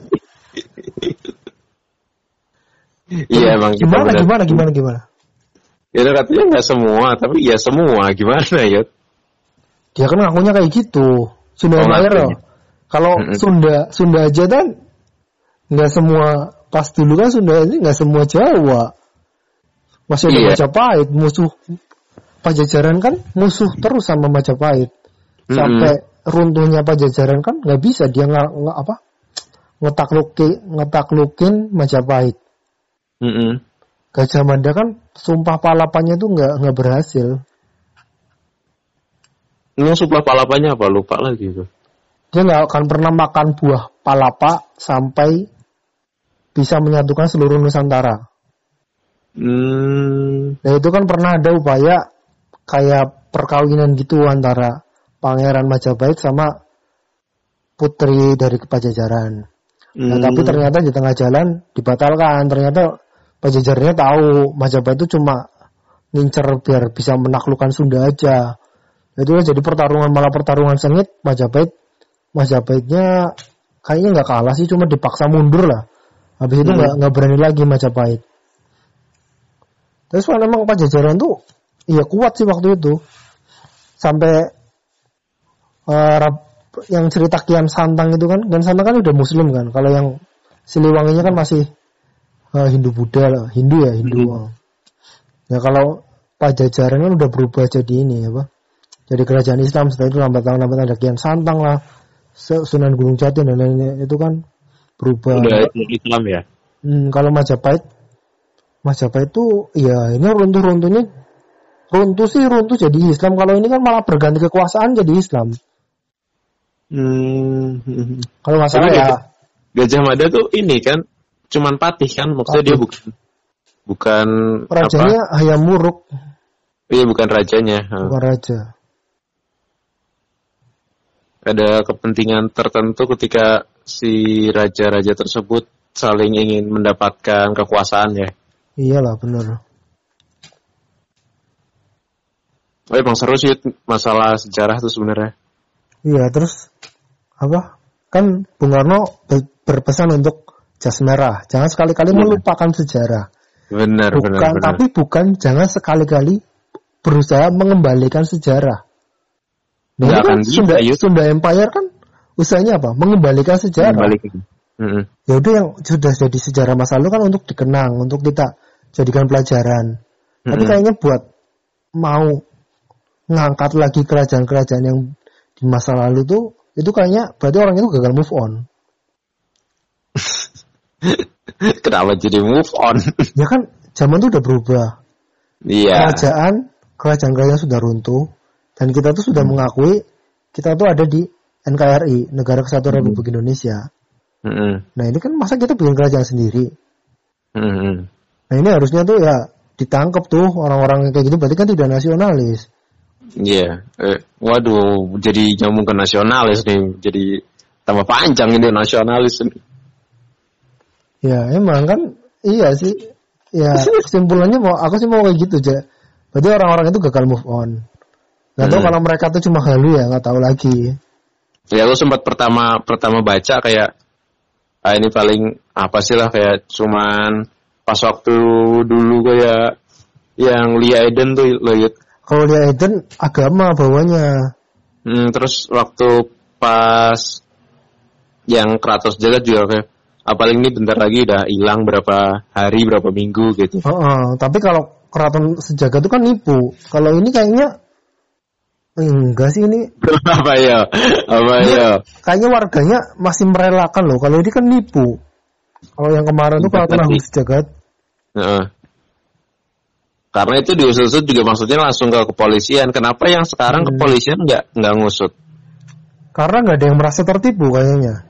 Iya emang. Gimana gimana gimana gimana? Ya katanya nggak semua, tapi ya semua. Gimana ya? Dia kan ngakunya kayak gitu. Sunda oh, Empire loh. Kalau mm-hmm. Sunda Sunda aja kan nggak semua. Pas dulu kan Sunda ini nggak semua Jawa. Masih ada yeah. Majapahit, musuh Pajajaran kan musuh terus sama Majapahit. Sampai mm-hmm. runtuhnya Pajajaran kan nggak bisa dia nggak nggak apa ngetaklukin ngetaklukin Majapahit. Mm-hmm. Gajah Mada kan sumpah palapannya tuh nggak nggak berhasil. Ini sumpah palapannya apa lupa lagi tuh. Dia nggak akan pernah makan buah palapa sampai bisa menyatukan seluruh Nusantara. Hmm. Nah itu kan pernah ada upaya kayak perkawinan gitu antara Pangeran Majapahit sama putri dari Pajajaran. Hmm. Nah tapi ternyata di tengah jalan dibatalkan. Ternyata Pajajarannya tahu Majapahit itu cuma ngincer biar bisa menaklukkan Sunda aja. Itu jadi pertarungan malah pertarungan sengit. Majapahit Majapahitnya kayaknya nggak kalah sih, cuma dipaksa mundur lah. Habis itu nggak hmm. nggak berani lagi Majapahit. Terus kan emang Pajajaran tuh iya kuat sih waktu itu. Sampai uh, yang cerita Kian Santang itu kan, Kian Santang kan udah Muslim kan. Kalau yang Siliwanginya kan masih uh, Hindu Buddha lah, Hindu ya Hindu. Hmm. Ya kalau Pajajaran kan udah berubah jadi ini apa? Jadi kerajaan Islam. Setelah itu lambat-lambat ada Kian Santang lah, Sunan Gunung Jati dan lain-lain itu kan berubah. Udah Islam ya. Hmm, kalau Majapahit Majapahit itu ya ini runtuh-runtuhnya runtuh sih runtuh jadi Islam. Kalau ini kan malah berganti kekuasaan jadi Islam. Hmm. Kalau nggak salah ya. Gajah Mada tuh ini kan cuman patih kan, maksudnya patih. Dia bukan bukan rajanya apa? Hayam Wuruk. Iya bukan rajanya. Bukan raja. Ada kepentingan tertentu ketika si raja-raja tersebut saling ingin mendapatkan kekuasaan ya. Iyalah benar. Oh emang seru sih masalah sejarah tuh sebenarnya. Iya terus apa? Kan Bung Karno berpesan untuk jas merah. Jangan sekali-kali hmm. melupakan sejarah. Benar, bukan, benar, benar. Tapi bukan jangan sekali-kali berusaha mengembalikan sejarah. Nah, kan Sunda, Sunda Empire kan usahanya apa? Mengembalikan sejarah. Mengembalikan. Mm-hmm. Ya udah yang sudah jadi sejarah masa lalu kan untuk dikenang, untuk kita jadikan pelajaran. Mm-hmm. Tapi kayaknya buat mau ngangkat lagi kerajaan-kerajaan yang di masa lalu tuh, itu kayaknya berarti orang itu gagal move on. Kenapa jadi move on? Ya kan zaman tuh udah berubah. Iya. Yeah. Kerajaan, kerajaan-kerajaan sudah runtuh dan kita tuh sudah mm-hmm. mengakui kita tuh ada di N K R I, Negara Kesatuan mm-hmm. Republik Indonesia. Mm-hmm. Nah ini kan masa kita bikin kerajaan sendiri. Mm-hmm. Nah ini harusnya tuh ya ditangkap tuh orang-orang yang kayak gitu berarti kan tidak nasionalis. Iya, yeah. eh, waduh, jadi nyambung ke nasionalis nih, jadi tambah panjang ini nasionalis nih. Ya emang kan, iya sih, ya kesimpulannya mau, aku sih mau kayak gitu aja. Berarti orang-orang itu gagal move on. Gak tahu hmm. kalau mereka tuh cuma halu ya, nggak tahu lagi. Ya lu sempat pertama pertama baca kayak, ah ini paling apa sih lah kayak cuman pas waktu dulu kayak yang Lia Eden tuh lo lihat. Kalau Lia Eden agama bawahnya. Hmm, terus waktu pas yang Kratos jagat juga kayak apalagi ini bentar lagi udah hilang berapa hari berapa minggu gitu. Uh, uh, tapi kalau keraton sejagat itu kan nipu. Kalau ini kayaknya enggak sih ini. Apa ya? Apa ya? Kayaknya warganya masih merelakan loh. Kalau ini kan nipu. Kalau yang kemarin tuh keraton Agung Sejagat. Uh. Karena itu diusut-usut juga maksudnya langsung ke kepolisian. Kenapa yang sekarang hmm. kepolisian nggak nggak ngusut? Karena nggak ada yang merasa tertipu kayaknya.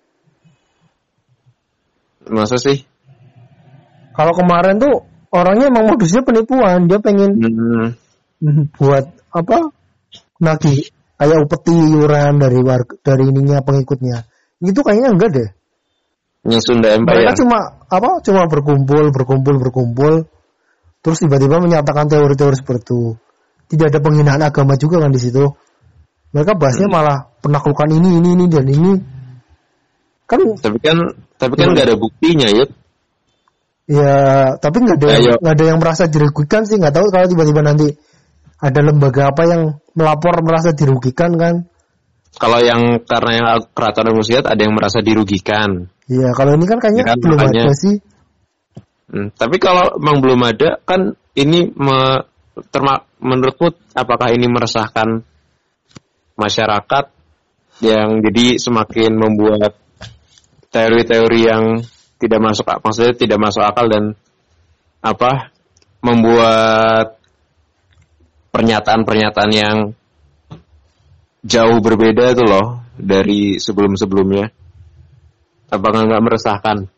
Masa sih? Kalau kemarin tuh orangnya emang modusnya penipuan. Dia pengen hmm. buat apa? Nagih kayak upeti iuran dari warga, dari ininya pengikutnya. Itu kayaknya enggak deh. Yang Sunda Empire. Mereka cuma apa? Cuma berkumpul, berkumpul, berkumpul. Terus tiba-tiba menyatakan teori-teori seperti itu. Tidak ada penghinaan agama juga kan di situ. Mereka bahasnya hmm. malah penaklukan ini, ini, ini dan ini. Kan. Tapi kan, tapi kan nggak ada buktinya, Yud. Ya, tapi nggak ada, nggak ada yang merasa dirugikan sih. Nggak tahu kalau tiba-tiba nanti ada lembaga apa yang melapor merasa dirugikan kan? Kalau yang karena yang Keraton Agung Sejagat ada yang merasa dirugikan. Iya, kalau ini kan kayaknya ya kan, belum makanya, ada sih. Hmm, tapi kalau memang belum ada, kan ini me, terma, menurutmu apakah ini meresahkan masyarakat yang jadi semakin membuat teori-teori yang tidak masuk, maksudnya tidak masuk akal dan apa membuat pernyataan-pernyataan yang jauh berbeda itu loh dari sebelum-sebelumnya. Apakah nggak meresahkan?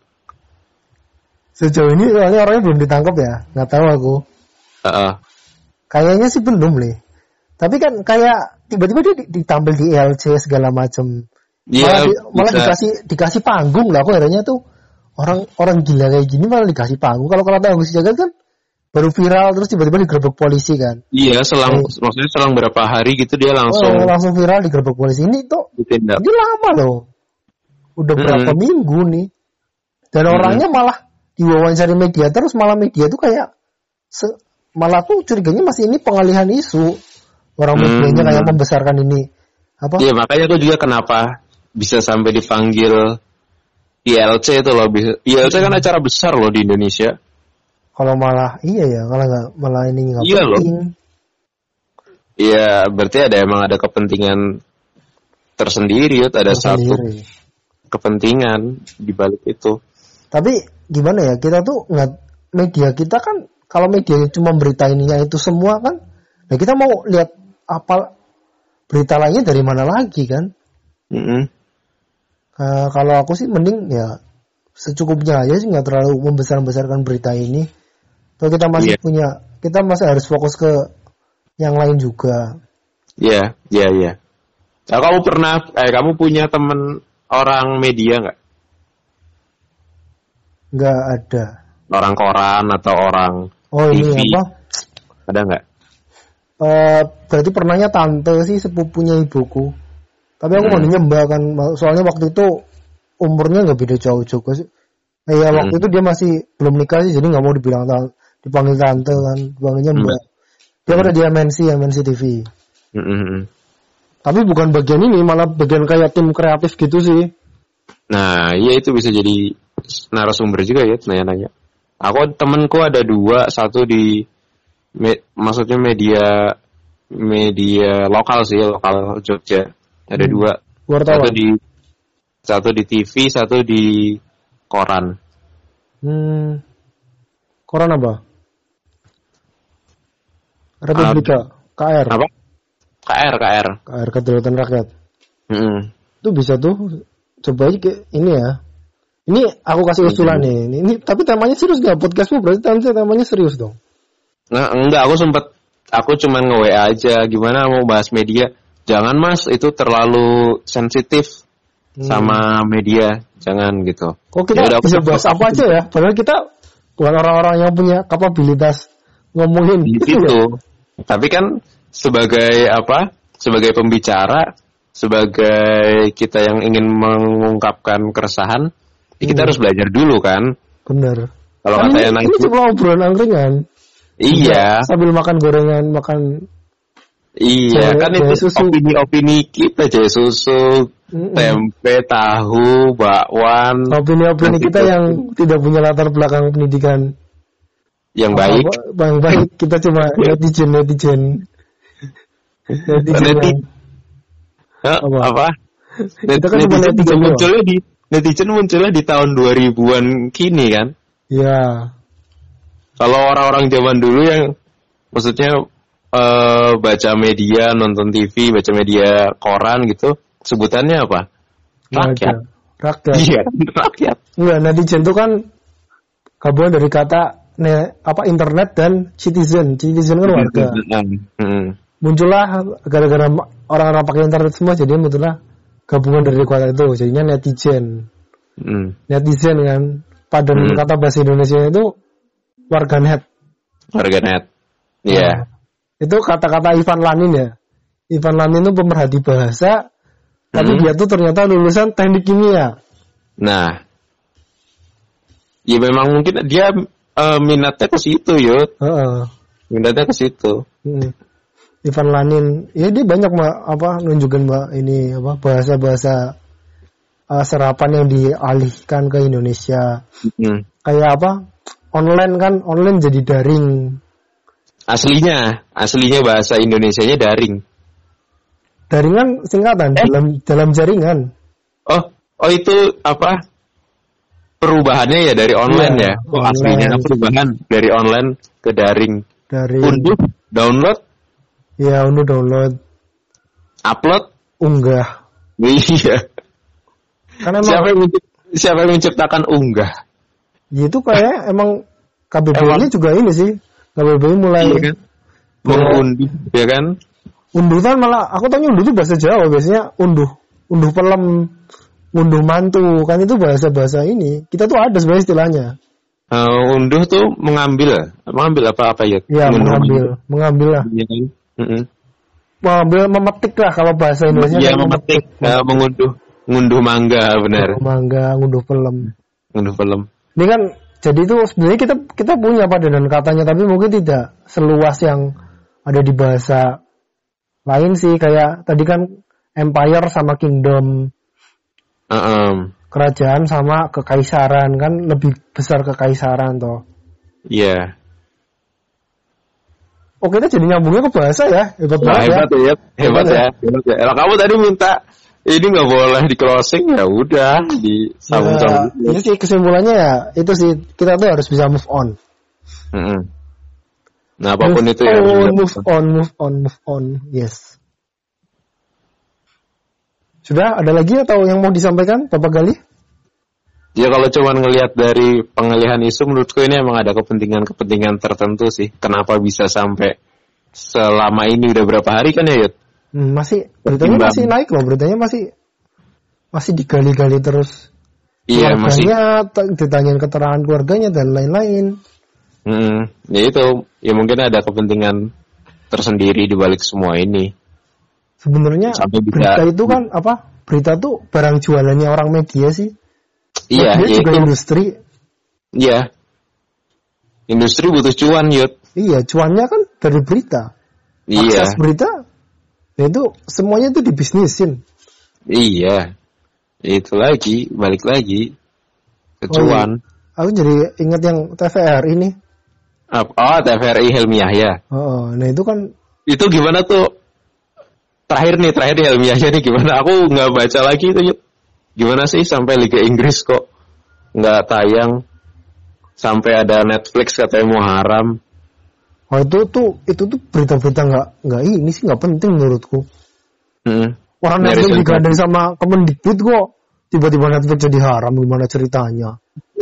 Sejauh ini soalnya orangnya belum ditangkap ya, nggak tahu aku. Uh-uh. Kayaknya sih belum nih. Tapi kan kayak tiba-tiba dia ditampil di I L C segala macam. Yeah, malah di, malah dikasih dikasih panggung lah. Aku akhirnya tuh orang orang gila kayak gini malah dikasih panggung. Kalau Keraton Agung Sejagat kan baru viral terus tiba-tiba digerebek polisi kan. Iya, selang eh, maksudnya selang berapa hari gitu dia langsung oh, langsung viral digerebek polisi. Ini tuh ditindak. Ini lama loh. Udah mm-hmm. berapa minggu nih. Dan mm-hmm. orangnya malah diwawancari media terus malah media tuh kayak se- malah tuh curiganya masih ini pengalihan isu. Orang mm-hmm. medianya kayak membesarkan ini. Apa? Iya, makanya tuh juga kenapa bisa sampai dipanggil I L C itu loh. I L C kan acara besar loh di Indonesia. Kalau malah iya ya, kalau nggak malah ini nggak iya penting. Loh. Iya, berarti ada emang ada kepentingan tersendiri, ada tersendiri. Satu kepentingan di balik itu. Tapi gimana ya, kita tuh nggak media kita kan kalau media cuma berita ininya itu semua kan, nah kita mau lihat apa berita lainnya dari mana lagi kan? Mm-hmm. Uh, kalau aku sih mending ya secukupnya aja sih, nggak terlalu membesar-besarkan berita ini. Kalau kita masih yeah. punya, kita masih harus fokus ke yang lain juga. Iya, yeah, iya, yeah, iya. Yeah. Nah, kamu pernah, eh kamu punya teman orang media nggak? Nggak ada. Orang koran atau orang oh, T V? Ini apa? Ada nggak? Uh, berarti pernahnya tante sih, sepupunya ibuku. Tapi aku hmm. mau nyembah kan, soalnya waktu itu umurnya nggak beda jauh juga sih. Eh, ya waktu hmm. itu dia masih belum nikah sih, jadi nggak mau dibilang tante, dipanggil tante kan, dipanggilnya mbak. Hmm. Dia pada di M N C, M N C T V. Hmm. Tapi bukan bagian ini, malah bagian kayak tim kreatif gitu sih. Nah, iya itu bisa jadi narasumber juga ya, nanya-nanya. Aku temenku ada dua, satu di, me, maksudnya media media lokal sih, lokal Jogja. Ada hmm. dua, wartawan. Satu di satu di T V, satu di koran. Hmm. Koran apa? Republika, uh, K R. Apa? K R, K R. K R, Kedaulatan Rakyat. Hmm. Itu bisa tuh, coba aja ke ini ya. Ini aku kasih usulan nih. Ini, ini tapi temanya serius gak podcastmu? Berarti temanya serius dong. Nah, enggak, aku sempet, aku cuman nge-W A aja. Gimana mau bahas media? Jangan mas, itu terlalu sensitif hmm. sama media. Jangan gitu. Kok kita Yaudah, bisa bahas apa aja ya? Padahal kita bukan orang-orang yang punya kapabilitas ngomongin gitu. gitu. Ya? Tapi kan sebagai apa? Sebagai pembicara, sebagai kita yang ingin mengungkapkan keresahan, ya kita hmm. harus belajar dulu kan. Bener. Kalau katanya nanti ini cuma obrolan angkringan. Iya. Sambil makan gorengan, makan. Iya, jaya, kan itu opini-opini kita, jaya susu, Mm-mm. Tempe, tahu, bakwan. Opini-opini kita yang tidak punya latar belakang pendidikan yang baik. Yang baik, kita cuma netizen netizen. Netizen. Neti- apa? apa? Net- kan netizen, netizen munculnya di netizen munculnya di tahun dua ribuan kini kan? Iya. Kalau orang-orang zaman dulu yang maksudnya uh, baca media, nonton T V, baca media koran gitu, sebutannya apa? Rakyat. Rakyat. Iya, rakyat. Enggak, netizen itu kan gabungan dari kata ne, apa internet dan citizen. Citizen kan warga. Hmm. Muncullah gara-gara orang-orang pakai internet semua, jadi muncullah gabungan dari kata itu, jadinya netizen. Hmm. Netizen kan, padan hmm. kata bahasa Indonesia itu warganet. Warganet. Iya. Yeah. Nah, itu kata-kata Ivan Lanin ya. Ivan Lanin itu pemerhati bahasa, tapi hmm. dia tuh ternyata lulusan teknik kimia. Nah, ya memang mungkin dia uh, minatnya ke situ, Yud. Uh-uh. Minatnya ke situ. Hmm. Ivan Lanin, ya dia banyak mbak apa nunjukin mbak ini apa bahasa-bahasa uh, serapan yang dialihkan ke Indonesia. Hmm. Kayak apa? Online kan, online jadi daring. Aslinya, aslinya bahasa Indonesianya daring. Daring kan singkatan eh? dalam dalam jaringan. Oh, oh itu apa? Perubahannya ya dari online ya. ya? Oh, online. Aslinya perubahan dari online ke daring. Daring. Unduh, download. Ya, unduh download. Upload, unggah. Iya. Karena siapa yang siapa yang menciptakan unggah? Ya, itu kayak emang K B B I-nya juga ini sih. K B B I mulai iya kan? Mengunduh, ya kan? Unduh kan malah aku tanya unduh itu bahasa Jawa, biasanya unduh, unduh pelem, unduh mantu, kan itu bahasa-bahasa ini. Kita tuh ada sebenarnya istilahnya. Uh, unduh tuh mengambil, mengambil apa apa ya? Iya, mengambil, mengambil lah. Iya kan? Mm-hmm. Mengambil, memetik lah kalau bahasa Indonesia. Iya, memetik, memetik. Uh, mengunduh, ngunduh mangga, benar. Ngunduh mangga, ngunduh pelem. Ngunduh pelem. Ini kan, jadi itu sebenarnya kita kita punya padanan katanya, tapi mungkin tidak seluas yang ada di bahasa lain sih. Kayak tadi kan empire sama kingdom. Uh-um. Kerajaan sama kekaisaran kan lebih besar kekaisaran toh. Iya. Yeah. Oh, kita jadi nyambungnya ke bahasa ya. Hebat banget ya. Hebat ya. Hebat ya. Hebat ya. Kalau kamu tadi minta ini nggak boleh di closing, ya udah di sambung-sambung. Ya, ini sih kesimpulannya ya itu sih, kita tuh harus bisa move on. Mm-hmm. Nah, apapun move itu ya. On, move on, move on, move on. Yes. Sudah ada lagi atau yang mau disampaikan, Bapak Gali? Ya kalau cuman ngelihat dari pengalihan isu, menurutku ini emang ada kepentingan-kepentingan tertentu sih. Kenapa bisa sampai selama ini, udah berapa hari kan ya, Yud? Hmm, masih beritanya Timbang. Masih naik loh, beritanya masih masih digali-gali terus. Iya, masih ditanyain keterangan keluarganya dan lain-lain. Hmm, ya itu, ya mungkin ada kepentingan tersendiri di balik semua ini. Sebenarnya berita itu kan apa? Berita tuh barang jualannya orang media sih. Iya, media juga itu. Industri. Iya. Industri butuh cuan, Yud. Iya, cuannya kan dari berita. Iya. Akses berita, ya itu semuanya itu dibisnisin. Iya. Itu lagi, balik lagi ke cuan. Oh, aku jadi ingat yang T V R ini. Oh, T V R I Helmi Yahya. Oh, nah itu kan. Itu gimana tuh? Terakhir nih, terakhir nih Helmi Yahya nih gimana? Aku nggak baca lagi itu, Yud. Gimana sih sampai Liga Inggris kok nggak tayang? Sampai ada Netflix katanya mau haram. Oh itu tuh itu tuh berita-berita nggak nggak ini sih nggak penting menurutku. Hmm. Orang Netflix digandeng sama Kemendikbud kok tiba-tiba Netflix jadi haram, gimana ceritanya?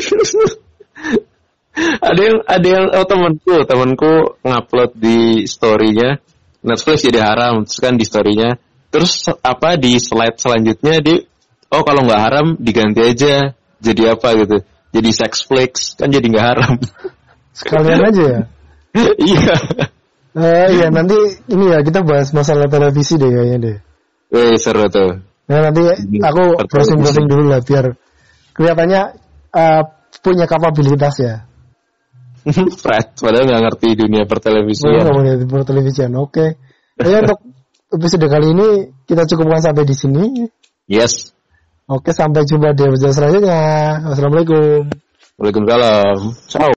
ada yang ada yang oh, temanku temanku ngupload di story-nya Netflix jadi haram, terus kan di story-nya terus apa di slide selanjutnya di oh kalau nggak haram diganti aja jadi apa gitu, jadi Sexflix kan jadi nggak haram. Sekalian aja ya. Iya. Eh iya nanti ini ya kita bahas masalah televisi deh kayaknya deh. Eh seru tuh. Nah nanti aku browsing-browsing dulu lah biar kelihatannya uh, punya kapabilitas ya. Fred, padahal nggak ngerti dunia pertelevisian. Nggak ngerti pertelevisian, oke. Okay. Ya untuk episode kali ini kita cukupkan sampai di sini. Yes. Oke, sampai jumpa di episode selanjutnya. Wassalamualaikum. Waalaikumsalam. Ciao.